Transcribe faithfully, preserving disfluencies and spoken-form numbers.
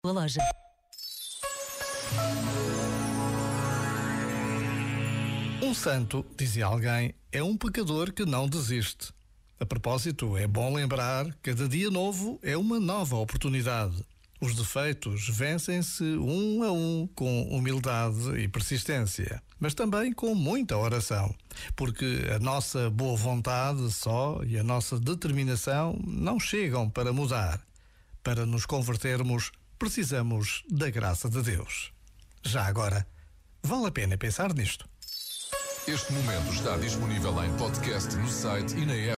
A loja. Um santo, dizia alguém, é um pecador que não desiste. A propósito, é bom lembrar que cada dia novo é uma nova oportunidade. Os defeitos vencem-se um a um com humildade e persistência, mas também com muita oração, porque a nossa boa vontade só e a nossa determinação não chegam para mudar. Para nos convertermos, precisamos da graça de Deus. Já agora, vale a pena pensar nisto. Este momento está disponível em podcast no site e na app.